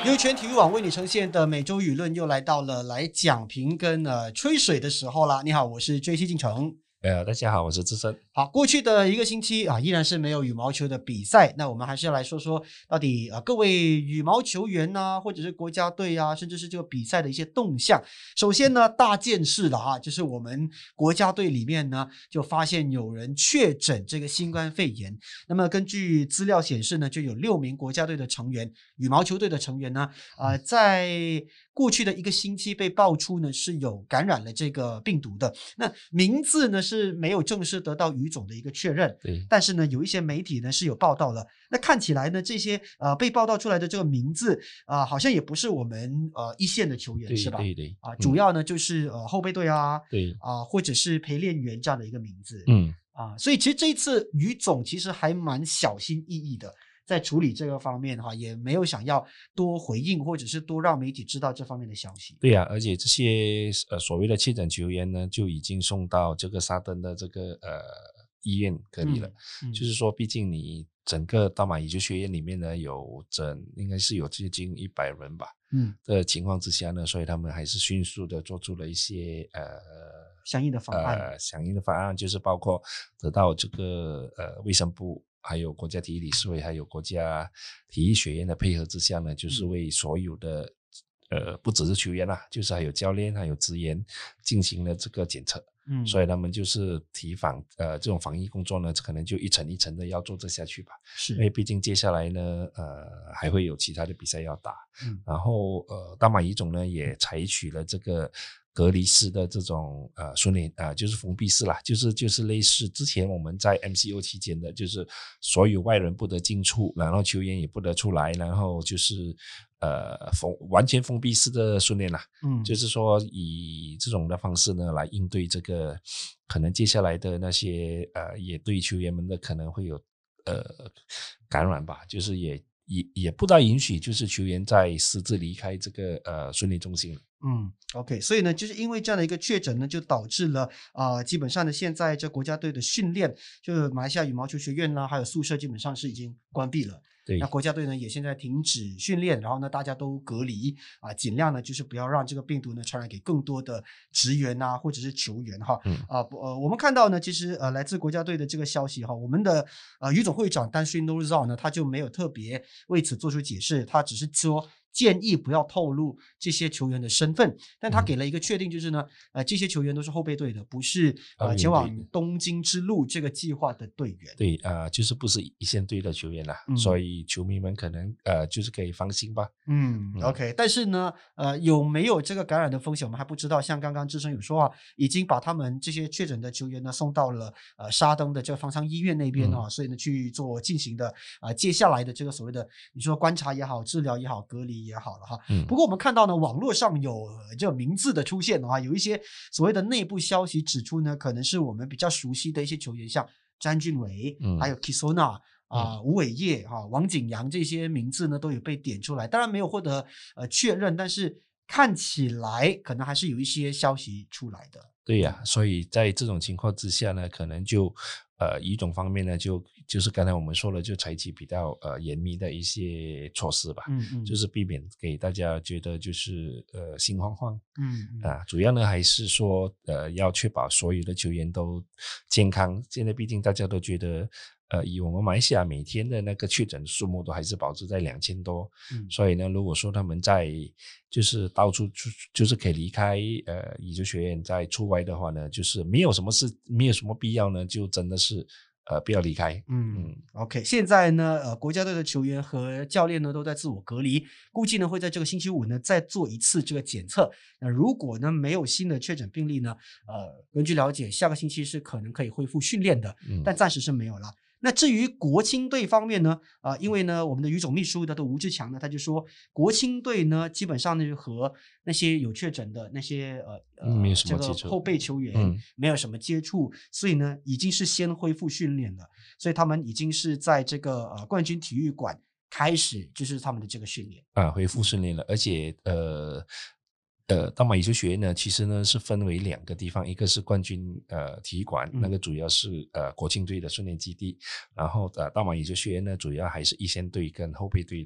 优圈体育网为你呈现的每周舆论又来到了来讲评跟吹水的时候啦。你好，我是追西进城。 大家好，我是资深。 好，过去的一个星期依然是没有羽毛球的比赛。那我们还是要来说说，到底各位羽毛球员呐，或者是国家队啊，甚至是这个比赛的一些动向。首先呢，大件事了就是我们国家队里面呢，就发现有人确诊这个新冠肺炎。那么根据资料显示呢，就有6名国家队的成员，羽毛球队的成员呢，在过去的一个星期被爆出呢是有感染了这个病毒的。那名字呢是没有正式得到羽总的一个确认， 对， 但是呢有一些媒体呢是有报道了。那看起来呢这些被报道出来的这个名字好像也不是我们一线的球员， 对是吧？ 对对， 主要呢就是后备队对或者是陪练员这样的一个名字。所以其实这一次羽总其实还蛮小心翼翼的。在处理这个方面也没有想要多回应或者是多让媒体知道这方面的消息。 对啊，而且这些所谓的确诊球员呢，就已经送到这个沙登的这个医院隔离了。就是说，毕竟你整个大马羽球学院里面呢，应该是有接近100人吧。的情况之下呢，所以他们还是迅速的做出了一些相应的方案。 响应的方案就是包括得到这个卫生部。还有国家体育理事会，还有国家体育学院的配合之下呢，就是为所有的不只是球员啦，就是还有教练还有职员进行了这个检测。所以他们就是这种防疫工作呢，可能就一层一层的要做这下去吧。 是， 因为毕竟接下来呢还会有其他的比赛要打。然后大马羽总呢也采取了这个隔离式的这种训练就是封闭式啦，就是类似之前我们在 MCO 期间的，就是所有外人不得进出，然后球员也不得出来，然后就是完全封闭式的训练啦。就是说以这种的方式呢来应对这个可能接下来的那些也对球员们的可能会有感染吧，就是也不大允许就是球员在私自离开这个训练中心。 OK， 所以呢，就是因为这样的一个确诊呢，就导致了基本上呢，现在这国家队的训练，就马来西亚羽毛球学院啦，还有宿舍基本上是已经关闭了。 对， 那国家队呢也现在停止训练，然后呢大家都隔离尽量呢就是不要让这个病毒呢传染给更多的职员或者是球员我们看到呢，其实来自国家队的这个消息我们的羽总会长丹斯诺绕呢他就没有特别为此做出解释，他只是说建议不要透露这些球员的身份，但他给了一个确定，就是呢，这些球员都是后备队的，不是前往东京之路这个计划的队员。 对就是不是一线队的球员啦，所以球迷们可能就是可以放心吧。 OK， 但是呢，有没有这个感染的风险，我们还不知道。像刚刚志生有说已经把他们这些确诊的球员呢送到了沙登的这个方舱医院那边所以呢去做进行的接下来的这个所谓的你说观察也好、治疗也好、隔离也好了不过我们看到呢，网络上有这个名字的出现有一些所谓的内部消息指出呢，可能是我们比较熟悉的一些球员，像詹俊伟，还有 Kisona。吴伟业王景阳这些名字呢都有被点出来，当然没有获得确认，但是看起来可能还是有一些消息出来的。 对呀，所以在这种情况之下呢，可能就羽总方面呢就是刚才我们说了，就采取比较严密的一些措施吧。就是避免给大家觉得就是心慌慌。主要呢还是说要确保所有的球员都健康。现在毕竟大家都觉得以我们马来西亚每天的那个确诊数目都还是保持在2000多。所以呢，如果说他们在就是到处就是可以离开羽球学院在出外的话呢，就是没有什么必要呢，就真的是不要离开。 OK， 现在呢国家队的球员和教练呢都在自我隔离，估计呢会在这个星期五呢再做一次这个检测。那如果呢没有新的确诊病例呢，根据了解，下个星期是可能可以恢复训练的，但暂时是没有了。那至于国青队方面呢，因为呢我们的羽总秘书的吴志强呢，他就说国青队呢基本上呢和那些有确诊的那些没有什么接触， 这个后备球员没有什么接触，所以呢已经是先恢复训练了，所以他们已经是在这个冠军体育馆开始就是他们的这个训练恢复训练了，而且大马羽球学院呢，其实呢是分为2个地方，一个是冠军体育馆，那个主要是国青队的训练基地，然后大马羽球学院呢主要还是一线队跟后备队的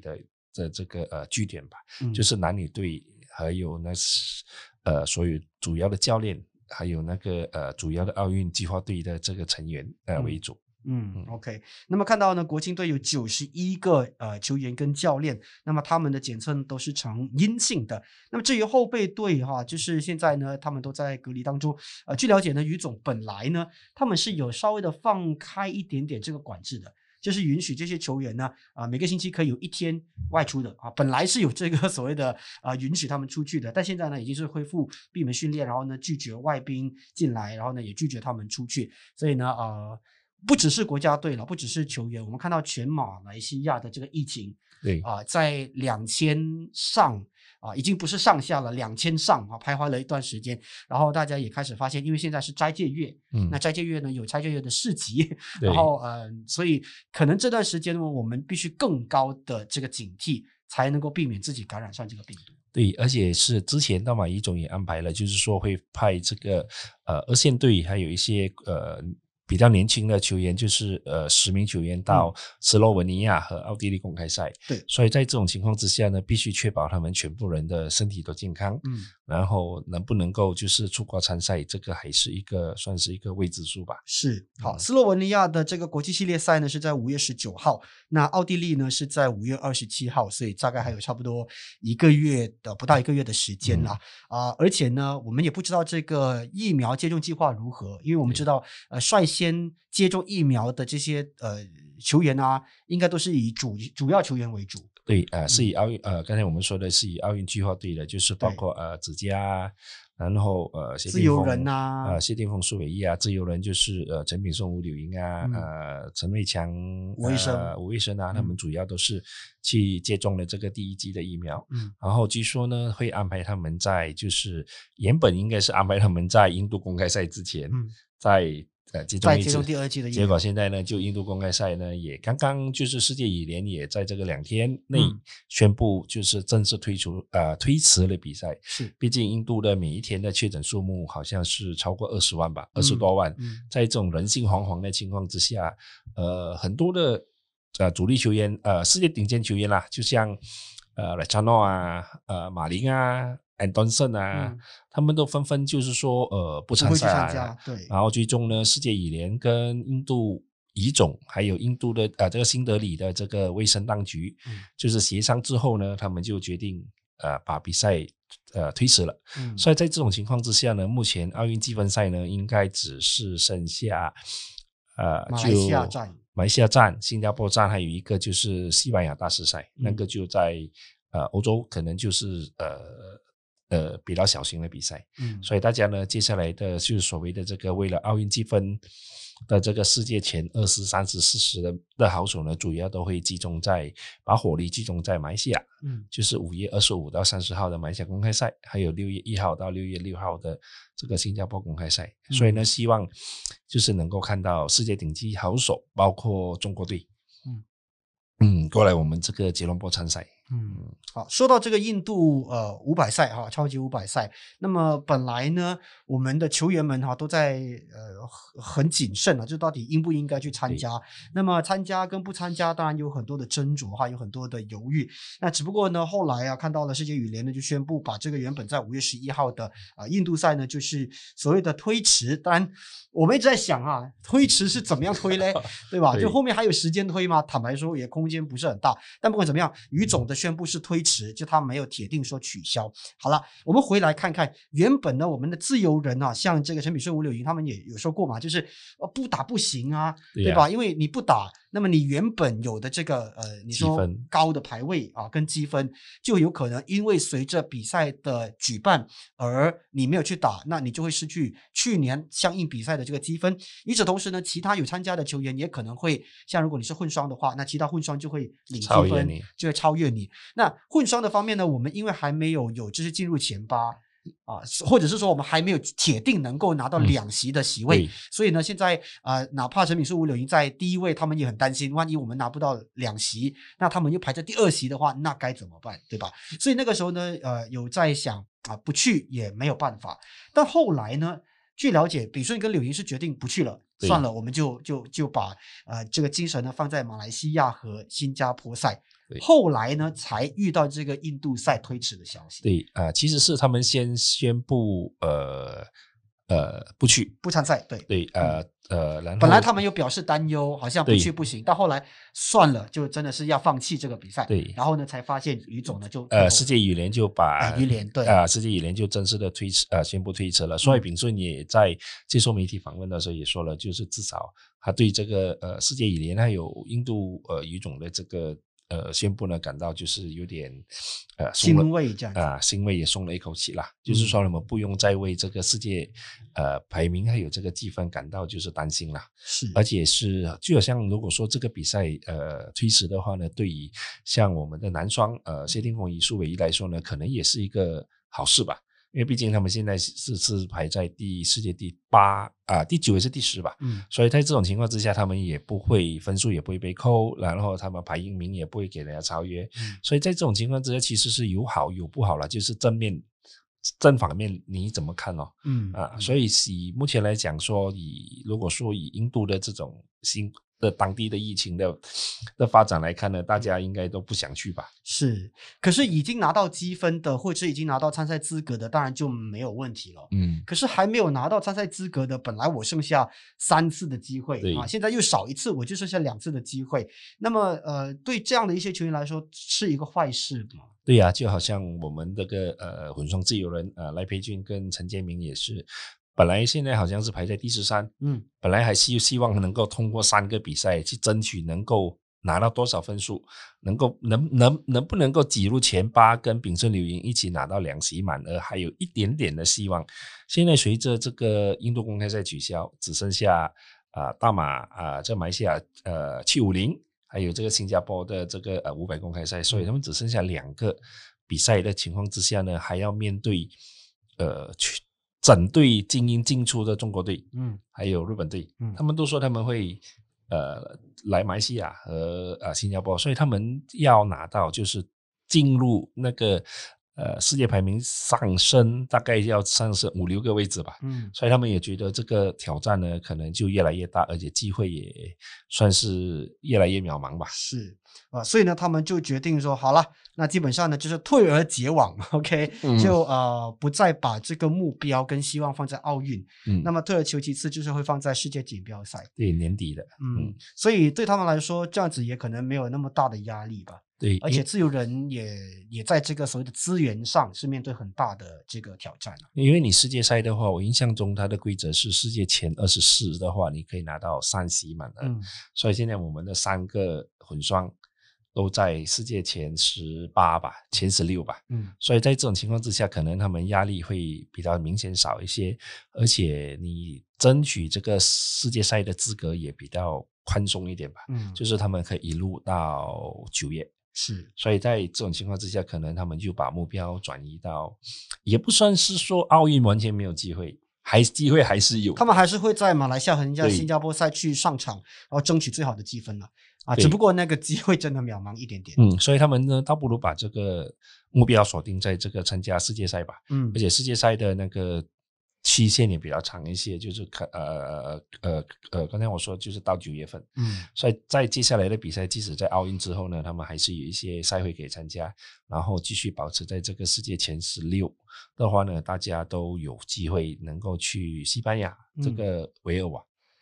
的这个据点吧， 嗯就是男女队还有所有主要的教练，还有那个主要的奥运计划队的这个成员为主。 OK。那么看到呢，国青队有91个球员跟教练，那么他们的检测都是呈阴性的。那么至于后备队哈，就是现在呢，他们都在隔离当中。据了解呢，于总本来呢，他们是有稍微的放开一点点这个管制的。就是允许这些球员呢，每个星期可以有1天外出的啊，本来是有这个所谓的允许他们出去的，但现在呢已经是恢复闭门训练，然后呢拒绝外宾进来，然后呢也拒绝他们出去，所以呢不只是国家队了，不只是球员，我们看到全马来西亚的这个疫情， 对在2000上已经不是上下了，2000上徘徊了一段时间，然后大家也开始发现，因为现在是斋戒月，那斋戒月呢有斋戒月的市集，然后所以可能这段时间呢，我们必须更高的这个警惕，才能够避免自己感染上这个病毒。 对，而且是之前大马乙总也安排了，就是说会派这个二线队，还有一些比较年轻的球员，就是10名球员到斯洛文尼亚和奥地利公开赛。 对， 所以在这种情况之下呢，必须确保他们全部人的身体都健康。然后能不能够就是出国参赛，这个还是算是一个未知数吧。 是，好，斯洛文尼亚的这个国际系列赛呢是在5月19号，那奥地利呢是在5月27号，所以大概还有差不多不到一个月的时间啦。而且呢，我们也不知道这个疫苗接种计划如何，因为我们知道率先接种疫苗的这些球员啊，应该都是以主要球员为主。 对，是以奥运刚才我们说的是以奥运计划队的，就是包括子嘉，然后自由人啊， 谢霆锋、苏伟毅啊，自由人就是陈炳顺、吴柳莹啊，陈伟强、吴卫生啊，他们主要都是去接种了这个第1剂的疫苗。然后据说呢，会安排他们就是原本应该是安排他们在印度公开赛之前，接种第2剂的疫苗， 结果现在呢，就印度公开赛呢，也刚刚就是世界羽联也在这个2天内宣布，就是正式推迟了比赛。 是， 毕竟印度的每一天的确诊数目好像是超过20万吧，20多万。在这种人心惶惶的情况之下，很多的主力球员，世界顶尖球员啦，就像莱查诺啊，马林啊。安东森啊，他们都纷纷就是说不参赛对。 然后最终呢，世界羽联跟印度乙总还有印度的这个新德里的这个卫生当局，就是协商之后呢，他们就决定把比赛推迟了。所以在这种情况之下呢，目前奥运积分赛呢应该只是剩下马来西亚站、 新加坡站，还有一个就是西班牙大师赛，那个就在欧洲，可能就是比较小型的比赛。所以大家呢，接下来的就是所谓的这个为了奥运积分的这个世界前20、30、40的好手呢，主要都会把火力集中在马来西亚，就是5月25到30号的马来西亚公开赛，还有6月1号到6月6号的这个新加坡公开赛。所以呢，希望就是能够看到世界顶级好手，包括中国队，过来我们这个吉隆坡参赛。 好，说到这个印度500赛哈，超级500赛，那么本来呢，我们的球员们都在很谨慎就到底应不应该去参加。那么参加跟不参加，当然有很多的斟酌有很多的犹豫。那只不过呢，后来看到了世界羽联呢就宣布把这个原本在5月11号的印度赛呢，就是所谓的推迟。当然，我们一直在想推迟是怎么样推嘞，对吧？就后面还有时间推吗？坦白说，也空间不是很大。但不管怎么样，于总的宣布是推迟，就他没有铁定说取消。好了，我们回来看看，原本呢，我们的自由人像这个陈炳顺、吴柳莹他们也有说过嘛，就是不打不行对吧？因为你不打，那么你原本有的这个你说高的排位跟积分，就有可能因为随着比赛的举办而你没有去打，那你就会失去去年相应比赛的这个积分。与此同时呢，其他有参加的球员也可能会像如果你是混双的话，那其他混双就会领积分，就会超越你。那混双的方面呢，我们因为还没有就是进入前8或者是说我们还没有铁定能够拿到2席的席位，所以呢，现在哪怕陈炳顺、吴柳莹在第1位，他们也很担心，万一我们拿不到2席，那他们又排在第2席的话，那该怎么办，对吧？所以那个时候呢，有在想不去也没有办法。但后来呢，据了解，炳顺跟柳莹是决定不去了。 算了，我们就把这个精神呢放在马来西亚和新加坡赛。后来呢，才遇到这个印度赛推迟的消息。 对其实是他们先宣布不参赛。对然后本来他们又表示担忧，好像不去不行，到后来算了，就真的是要放弃这个比赛。 对， 然后呢，才发现羽总呢就世界羽联就把羽联对世界羽联就正式的宣布推迟了。所以秉顺也在接受媒体访问的时候也说了，就是至少他对这个世界羽联还有印度羽总的这个宣布呢，感到就是有点欣慰这样子欣慰也松了一口气啦。就是说我们不用再为这个世界排名还有这个积分感到就是担心啦。 是， 而且就好像如果说这个比赛推迟的话呢，对于像我们的男双谢霆锋与苏伟仪来说呢，可能也是一个好事吧。因为毕竟他们现在是排在世界第8第9也是第10吧，所以在这种情况之下，他们也不会分数也不会被扣，然后他们排名也不会给人家超越，所以在这种情况之下，其实是有好有不好啦，就是正反面你怎么看哦？所以目前来讲说，如果说以印度的这种新的当地的疫情的发展来看呢，大家应该都不想去吧。 是，可是已经拿到积分的或者已经拿到参赛资格的当然就没有问题了。可是还没有拿到参赛资格的，本来我剩下3次的机会现在又少1次，我就剩下2次的机会。那么对这样的一些球员来说是一个坏事吗？ 对啊，就好像我们这个混双自由人赖培俊跟陈建明也是，本来现在好像是排在第13，本来还是希望能够通过3个比赛去争取能够拿到多少分数，能不能够挤入前8，跟秉顺柳莹一起拿到2席满额，还有一点点的希望。现在随着这个印度公开赛取消，只剩下大马这马来西亚750。还有这个新加坡的这个500公开赛，所以他们只剩下2个比赛的情况之下呢，还要面对整队精英进出的中国队，还有日本队，他们都说他们会来马来西亚和新加坡，所以他们要拿到就是进入那个世界排名上升，大概要上升5-6个位置吧。所以他们也觉得这个挑战呢，可能就越来越大，而且机会也算是越来越渺茫吧。 是所以呢，他们就决定说，好了，那基本上呢，就是退而结网 ，OK，就不再把这个目标跟希望放在奥运。那么退而求其次，就是会放在世界锦标赛。 对，年底的。 所以对他们来说，这样子也可能没有那么大的压力吧。 对， 而且自由人也在这个所谓的资源上是面对很大的这个挑战。 因为你世界赛的话，我印象中它的规则是世界前24的话，你可以拿到3席满额。所以现在我们的3个混双都在世界前18吧，前16吧。所以在这种情况之下，可能他们压力会比较明显少一些，而且你争取这个世界赛的资格也比较宽松一点吧。就是他们可以一路到9月。 是， 所以在这种情况之下，可能他们就把目标转移到，也不算是说奥运完全没有机会，机会还是有， 他们还是会在马来西亚和新加坡赛去上场，然后争取最好的积分了只不过那个机会真的渺茫一点点。 所以他们呢，倒不如把这个目标锁定在这个参加世界赛吧。而且世界赛的那个期限也比较长一些，就是刚才我说就是到9月份。所以在接下来的比赛，即使在奥运之后呢，他们还是有一些赛会可以参加，然后继续保持在这个世界前16的话呢，大家都有机会能够去西班牙这个维尔瓦。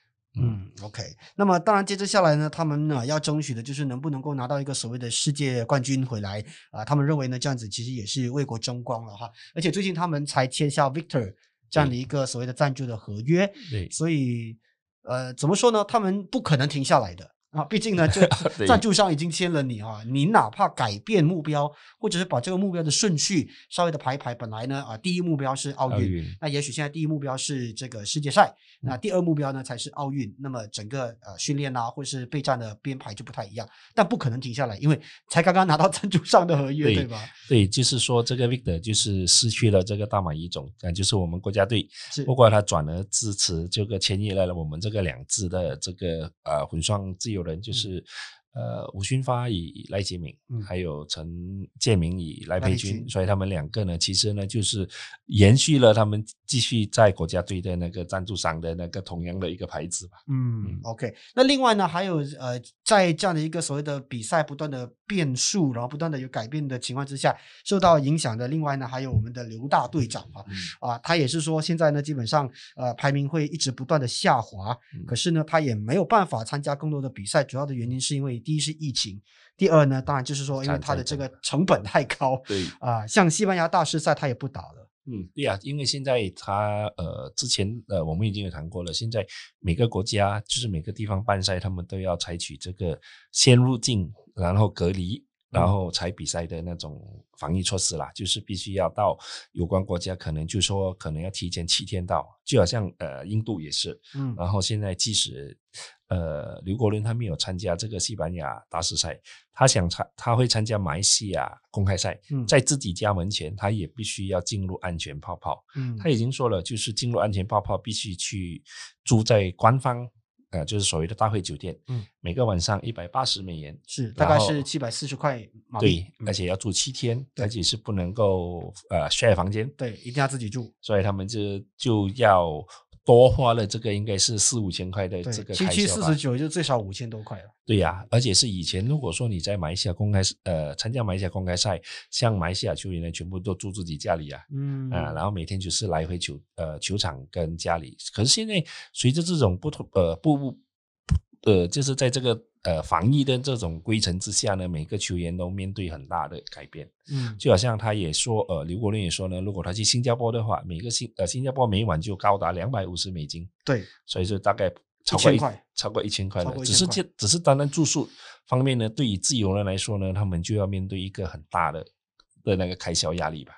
OK， 那么当然接着下来呢，他们呢要争取的就是能不能够拿到一个所谓的世界冠军回来他们认为呢这样子其实也是为国争光了哈。而且最近他们才签下 Victor 这样的一个所谓的赞助的合约，所以怎么说呢，他们不可能停下来的毕竟呢，这赞助商已经签了你你哪怕改变目标，或者是把这个目标的顺序稍微的排，本来呢第一目标是奥运，那也许现在第一目标是这个世界赛，那第2目标呢才是奥运，那么整个训练或者是备战的编排就不太一样，但不可能停下来，因为才刚刚拿到赞助商的合约，对吧？ 对，就是说这个 Victor 就是失去了这个大马乙种，就是我们国家队，不过他转而支持这个签约了我们这个2支的这个混双自由人，就是吴勋发以赖洁敏，还有陈建明以赖佩君，所以他们两个呢，其实呢就是延续了他们继续在国家队的那个赞助商的那个同样的一个牌子吧。 OK。那另外呢，还有在这样的一个所谓的比赛不断的变数，然后不断的有改变的情况之下，受到影响的另外呢，还有我们的刘大队长他也是说现在呢基本上排名会一直不断的下滑，可是呢他也没有办法参加更多的比赛，主要的原因是因为第一是疫情，第二呢当然就是说因为他的这个成本太高， 对像西班牙大师赛他也不打了。 对啊，因为现在他之前我们已经有谈过了，现在每个国家就是每个地方办赛，他们都要采取这个先入境，然后隔离，然后才比赛的那种防疫措施啦，就是必须要到有关国家，可能就说可能要提前7天到，就好像印度也是，然后现在即使刘国伦他没有参加这个西班牙大师赛，他会参加马来西亚公开赛，在自己家门前他也必须要进入安全泡泡，他已经说了，就是进入安全泡泡必须去住在官方就是所谓的大会酒店，每个晚上$180， 是大概是740块马币， 对，而且要住7天，而且是不能够share 房间， 对，一定要自己住， 所以他们就要多花了这个应该是4-5千块的这个开销吧 7749就最少5000多块了。 对呀，而且是以前如果说你在马来西亚参加马来西亚公开赛，像马来西亚球员呢全部都住自己家里然后每天就是来回球场跟家里。可是现在随着这种就是在这个防疫的这种规程之下呢，每个球员都面对很大的改变。就好像他也说刘国伦也说呢，如果他去新加坡的话，新加坡每晚就高达$250，对，所以说大概超过1000块了。只是单单住宿方面呢，对于自由人来说呢，他们就要面对一个很大的那个开销压力吧。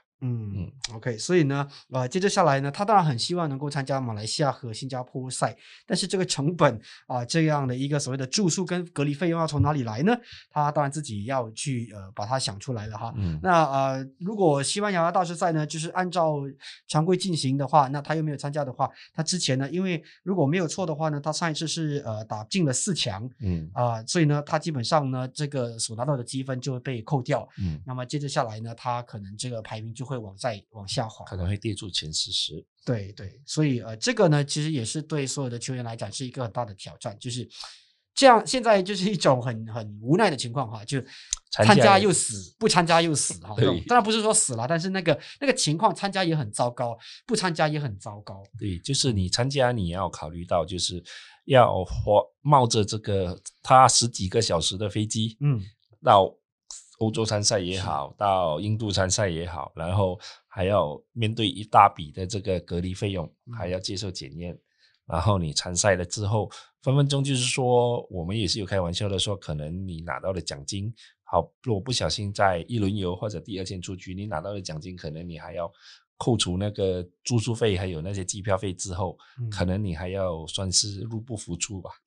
OK。 所以呢接着下来呢，他当然很希望能够参加马来西亚和新加坡赛，但是这个成本这样的一个所谓的住宿跟隔离费用要从哪里来呢？他当然自己要去把它想出来了哈。那如果西班牙大师赛呢就是按照常规进行的话，那他又没有参加的话，他之前呢因为如果没有错的话呢，他上一次是打进了4强，所以呢他基本上呢这个所拿到的积分就会被扣掉，那么接着下来呢他可能这个排名就会往下滑， 可能会跌入前40。 对，所以这个呢其实也是对所有的球员来讲是一个很大的挑战，就是这样，现在就是一种很无奈的情况哈，就参加又死，不参加又死哈。当然不是说死了，但是那个情况，参加也很糟糕，不参加也很糟糕。 对，就是你参加，你要考虑到就是要冒着这个他10几个小时的飞机，到欧洲参赛也好，到印度参赛也好，然后还要面对一大笔的这个隔离费用，还要接受检验，然后你参赛了之后，分分钟就是说，我们也是有开玩笑的说，可能你拿到的奖金，好，如果不小心在1轮游或者第2天出局，你拿到的奖金，可能你还要扣除那个住宿费还有那些机票费之后，可能你还要算是入不敷出吧。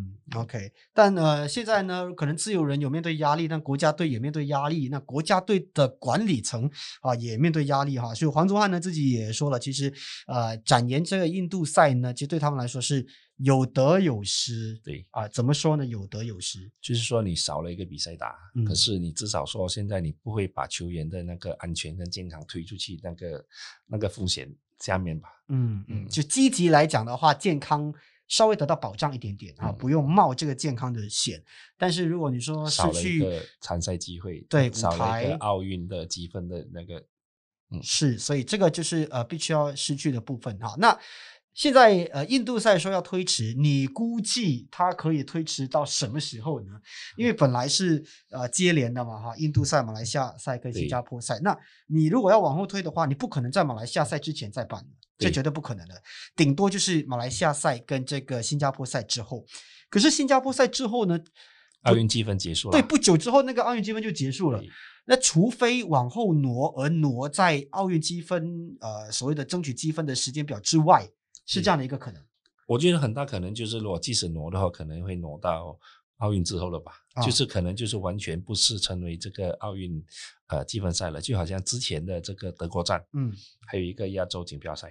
OK。 但现在呢可能自由人有面对压力，但国家队也面对压力，那国家队的管理层也面对压力哈。所以黄宗汉呢自己也说了，其实展延这个印度赛呢，其实对他们来说是有得有失。 对怎么说呢？有得有失， 就是说你少了一个比赛打，可是你至少说现在你不会把球员的那个安全跟健康推出去那个风险下面吧。 就积极来讲的话，健康稍微得到保障一点点不用冒这个健康的险。但是如果你说失去少了一个参赛机会， 对， 少了一个奥运的积分的那个是，所以这个就是必须要失去的部分哈。那现在印度赛说要推迟，你估计它可以推迟到什么时候呢？因为本来是接连的嘛印度赛、马来西亚赛跟新加坡赛，那你如果要往后推的话，你不可能在马来西亚赛之前再办的，这绝对不可能的，顶多就是马来西亚赛跟这个新加坡赛之后。可是新加坡赛之后呢， 奥运积分结束了， 对，不久之后那个奥运积分就结束了。那除非往后挪在奥运积分所谓的争取积分的时间表之外，是这样的一个可能。 我觉得很大可能就是如果即使挪的话，可能会挪到奥运之后了吧，就是可能就是完全不是成为这个奥运积分赛了，就好像之前的这个德国站还有一个亚洲锦标赛，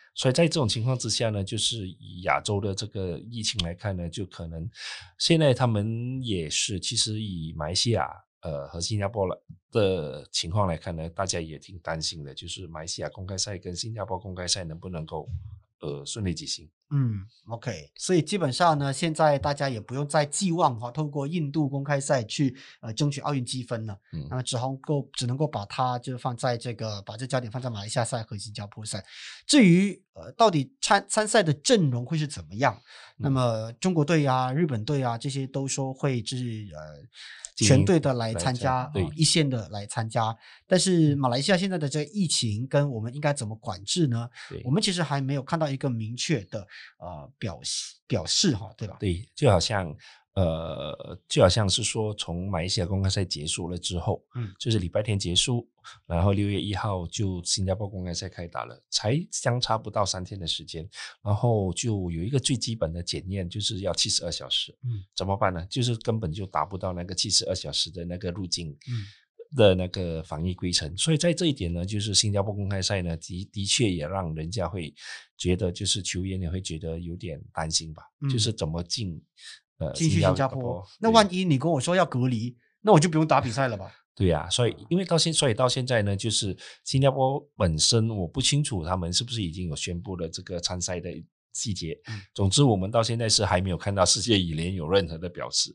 所以在这种情况之下呢，就是以亚洲的这个疫情来看呢，就可能现在他们也是，其实以马来西亚和新加坡的情况来看呢，大家也挺担心的，就是马来西亚公开赛跟新加坡公开赛能不能够顺利举行。 OK， 所以基本上呢，现在大家也不用再寄望透过印度公开赛去争取奥运积分了，那么只能够把它就放在把这焦点放在马来西亚赛和新加坡赛。至于到底参赛的阵容会是怎么样，那么中国队啊、日本队啊这些都说会就是全队的来参加，一线的来参加。但是马来西亚现在的这个疫情跟我们应该怎么管制呢？我们其实还没有看到一个明确的表示对吧？ 对，就好像是说从马来西亚公开赛结束了之后，就是礼拜天结束，然后6月1号就新加坡公开赛开打了，才相差不到3天的时间，然后就有一个最基本的检验，就是要72小时。怎么办呢？就是根本就达不到那个72小时的那个入境的那个防疫规程，所以在这一点呢，就是新加坡公开赛呢的确也让人家会觉得，就是球员也会觉得有点担心吧，就是怎么进去新加坡，那万一你跟我说要隔离，那我就不用打比赛了吧？ 对啊，所以到现在呢，就是新加坡本身我不清楚他们是不是已经有宣布了这个参赛的细节。总之我们到现在是还没有看到世界羽联有任何的表示。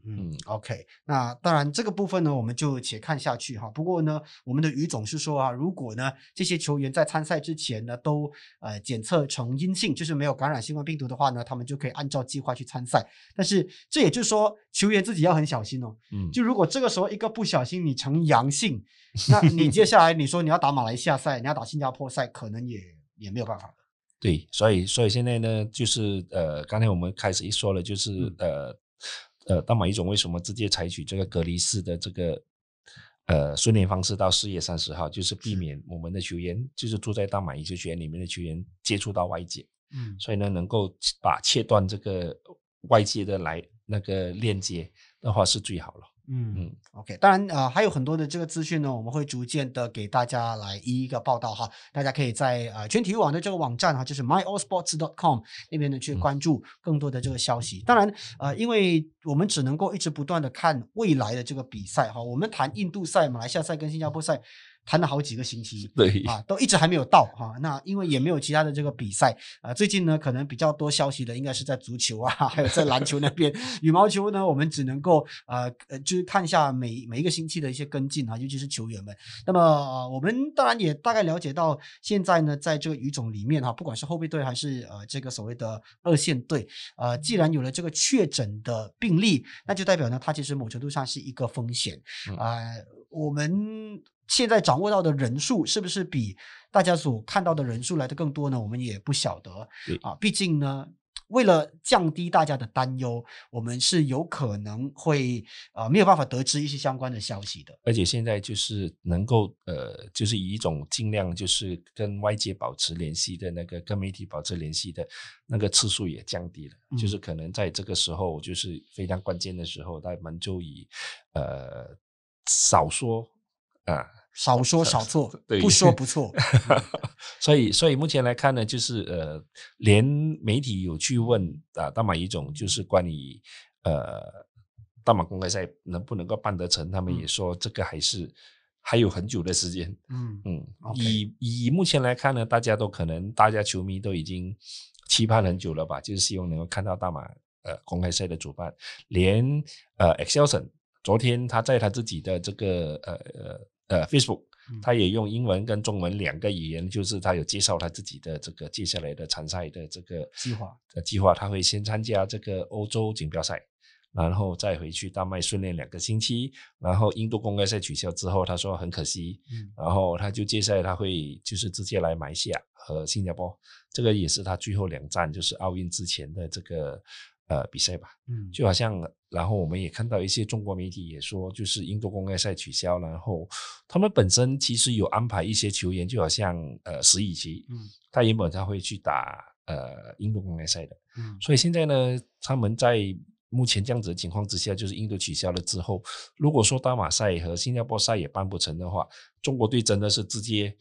OK， 那当然这个部分呢，我们就且看下去哈。不过呢，我们的于总是说如果呢这些球员在参赛之前呢都检测呈阴性，就是没有感染新冠病毒的话呢，他们就可以按照计划去参赛。但是这也就是说，球员自己要很小心哦。就如果这个时候一个不小心你呈阳性，那你接下来你说你要打马来西亚赛，你要打新加坡赛，可能也没有办法。 对，所以现在呢，就是刚才我们开始一说了，就是大马一种为什么直接采取这个隔离式的这个训练方式到4月30号，就是避免我们的球员就是住在大马一球学院里面的球员接触到外界。所以呢，能够切断这个外界的那个链接的话是最好了。 OK， 当然还有很多的这个资讯呢，我们会逐渐的给大家来一个报道哈。大家可以在全体育网的这个网站就是 myallsports.com 那边呢去关注更多的这个消息。当然因为我们只能够一直不断的看未来的这个比赛哈。我们谈印度赛、马来西亚赛跟新加坡赛谈了好几个星期， 对都一直还没有到那因为也没有其他的这个比赛最近呢可能比较多消息的应该是在足球还有在篮球那边。羽毛球呢我们只能够就是看一下每一个星期的一些跟进尤其是球员们。那么我们当然也大概了解到现在呢在这个羽种里面不管是后备队还是这个所谓的二线队既然有了这个确诊的病例，那就代表呢它其实某程度上是一个风险。我们现在掌握到的人数是不是比大家所看到的人数来的更多呢？我们也不晓得毕竟呢为了降低大家的担忧，我们是有可能会没有办法得知一些相关的消息的。 而且现在就是能够就是以一种尽量就是跟外界保持联系的跟媒体保持联系的那个次数也降低了。就是可能在这个时候就是非常关键的时候，他们就以少说少说少错，不说不错。 所以目前来看呢，就是连媒体有去问大马一种就是关于大马公开赛能不能够办得成，他们也说这个还有很久的时间。以目前来看呢，大家球迷都已经期盼很久了吧，就是希望能够看到大马公开赛的主办。连Excelson 昨天他在他自己的这个Facebook，他也用英文跟中文2个语言，就是他有介绍他自己的这个接下来的参赛的这个计划。他会先参加这个欧洲锦标赛，然后再回去大麦训练2个星期，然后印度公开赛取消之后，他说很可惜，然后他就接下来他会就是直接来马来西亚和新加坡，这个也是他最后2站，就是奥运之前的这个比赛吧。就好像然后我们也看到一些中国媒体也说，就是印度公开赛取消，然后他们本身其实有安排一些球员，就好像石宇奇，他原本他会去打印度公开赛的。所以现在呢，他们在目前这样子的情况之下，就是印度取消了之后，如果说大马赛和新加坡赛也办不成的话，中国队真的是直接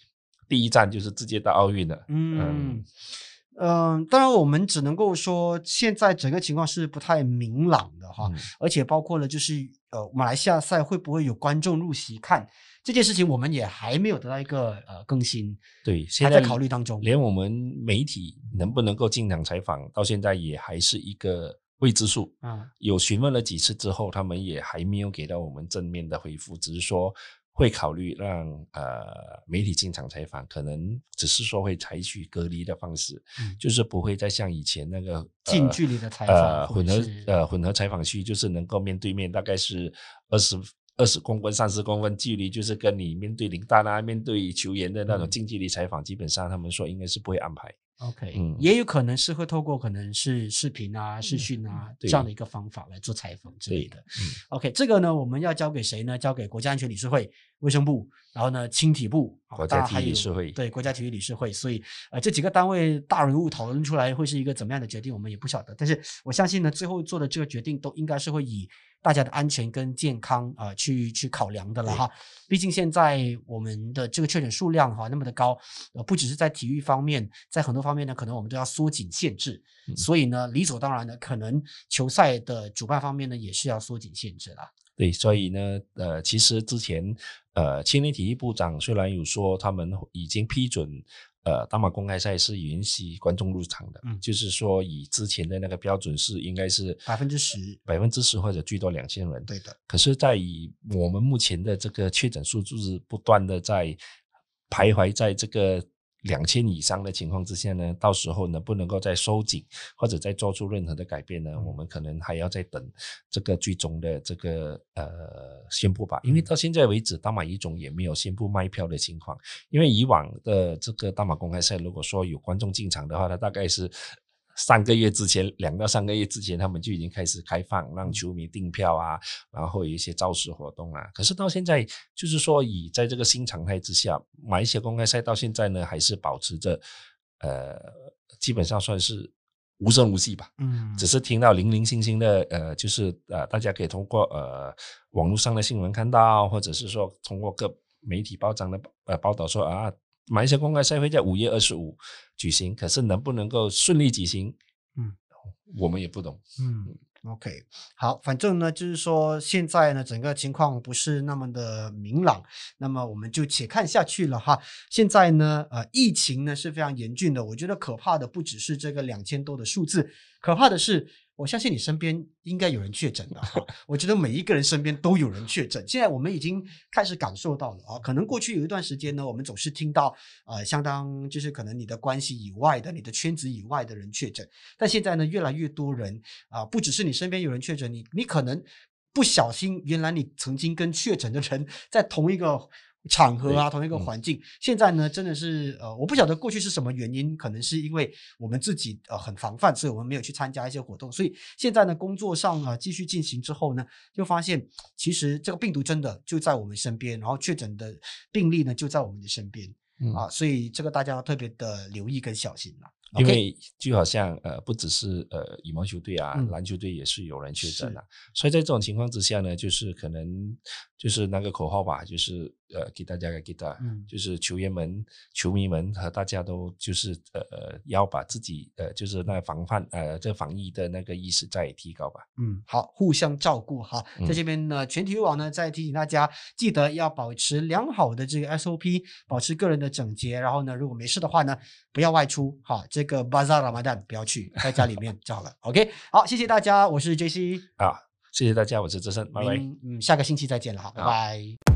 第一站就是直接到奥运了。 当然我们只能够说现在整个情况是不太明朗的哈，而且包括了就是马来西亚赛会不会有观众入席看这件事情，我们也还没有得到一个更新， 对，现在考虑当中。 连我们媒体能不能够进场采访，到现在也还是一个未知数。有询问了几次之后，他们也还没有给到我们正面的回复，只是说会考虑让媒体进场采访，可能只是说会采取隔离的方式，就是不会再像以前那个近距离的采访， 混合采访区，就是能够面对面，大概是20公分、30公分距离，就是跟你面对领弹啊、面对球员的那种近距离采访，基本上他们说应该是不会安排。 OK，也有可能是会透过可能是视频啊、视讯啊这样的一个方法来做采访之类的。OK， 这个呢我们要交给谁呢？交给国家安全理事会、卫生部，然后呢青体部、 国家体育理事会， 对，国家体育理事会。所以这几个单位大人物讨论出来会是一个怎么样的决定，我们也不晓得。但是我相信呢，最后做的这个决定都应该是会以大家的安全跟健康去考量的了哈。毕竟现在我们的这个确诊数量那么的高，不只是在体育方面，在很多方面呢，可能我们都要缩紧限制。所以呢，理所当然的，可能球赛的主办方面呢，也是要缩紧限制啦。 对，所以呢，其实之前青年体育部长虽然有说他们已经批准大马公开赛是允许观众入场的，就是说以之前的那个标准是应该是10%或者最多2000人。 对的。 可是在以我们目前的这个确诊数字不断的在徘徊在这个2000以上的情况之下呢，到时候能不能够再收紧或者再做出任何的改变呢？我们可能还要再等这个最终的这个宣布吧。因为到现在为止，大马乙总也没有宣布卖票的情况。因为以往的这个大马公开赛，如果说有观众进场的话，它大概是2到3个月之前他们就已经开始开放，让球迷订票啊，然后有一些造势活动啊。可是到现在就是说在这个新常态之下，马来西亚公开赛到现在呢还是保持着基本上算是无声无息吧。只是听到零零星星的就是大家可以通过网络上的新闻看到，或者是说通过各媒体报章的报道说马来西亚公开赛会在5月25举行，可是能不能够顺利举行，我们也不懂。 OK， 好，反正呢就是说现在呢整个情况不是那么的明朗，那么我们就且看下去了哈。现在呢疫情呢是非常严峻的，我觉得可怕的不只是这个2000多的数字，可怕的是我相信你身边应该有人确诊的哈。我觉得每一个人身边都有人确诊，现在我们已经开始感受到了可能过去有一段时间呢，我们总是听到相当就是可能你的关系以外的、你的圈子以外的人确诊，但现在呢越来越多人不只是你身边有人确诊，你可能不小心原来你曾经跟确诊的人在同一个场合同一个环境，现在呢真的是我不晓得过去是什么原因，可能是因为我们自己很防范，所以我们没有去参加一些活动，所以现在呢工作上继续进行之后呢，就发现其实这个病毒真的就在我们身边，然后确诊的病例呢就在我们的身边所以这个大家要特别的留意跟小心啦。 因为就好像不只是羽毛球队篮球队也是有人确诊所以在这种情况之下呢，就是可能就是那个口号吧，就是给大家就是球员们、球迷们和大家都就是要把自己就是那这防疫的那个意识再提高吧。 好，互相照顾哈。在这边呢，全体育网呢再提醒大家，记得要保持良好的这个 SOP， 保持个人的整洁，然后呢，如果没事的话呢，不要外出这个 Bazaar Ramadan 不要去，在家里面就好了。OK， 好，谢谢大家，我是 JC 谢谢大家，我是哲生，拜拜。 下个星期再见了，好，拜拜。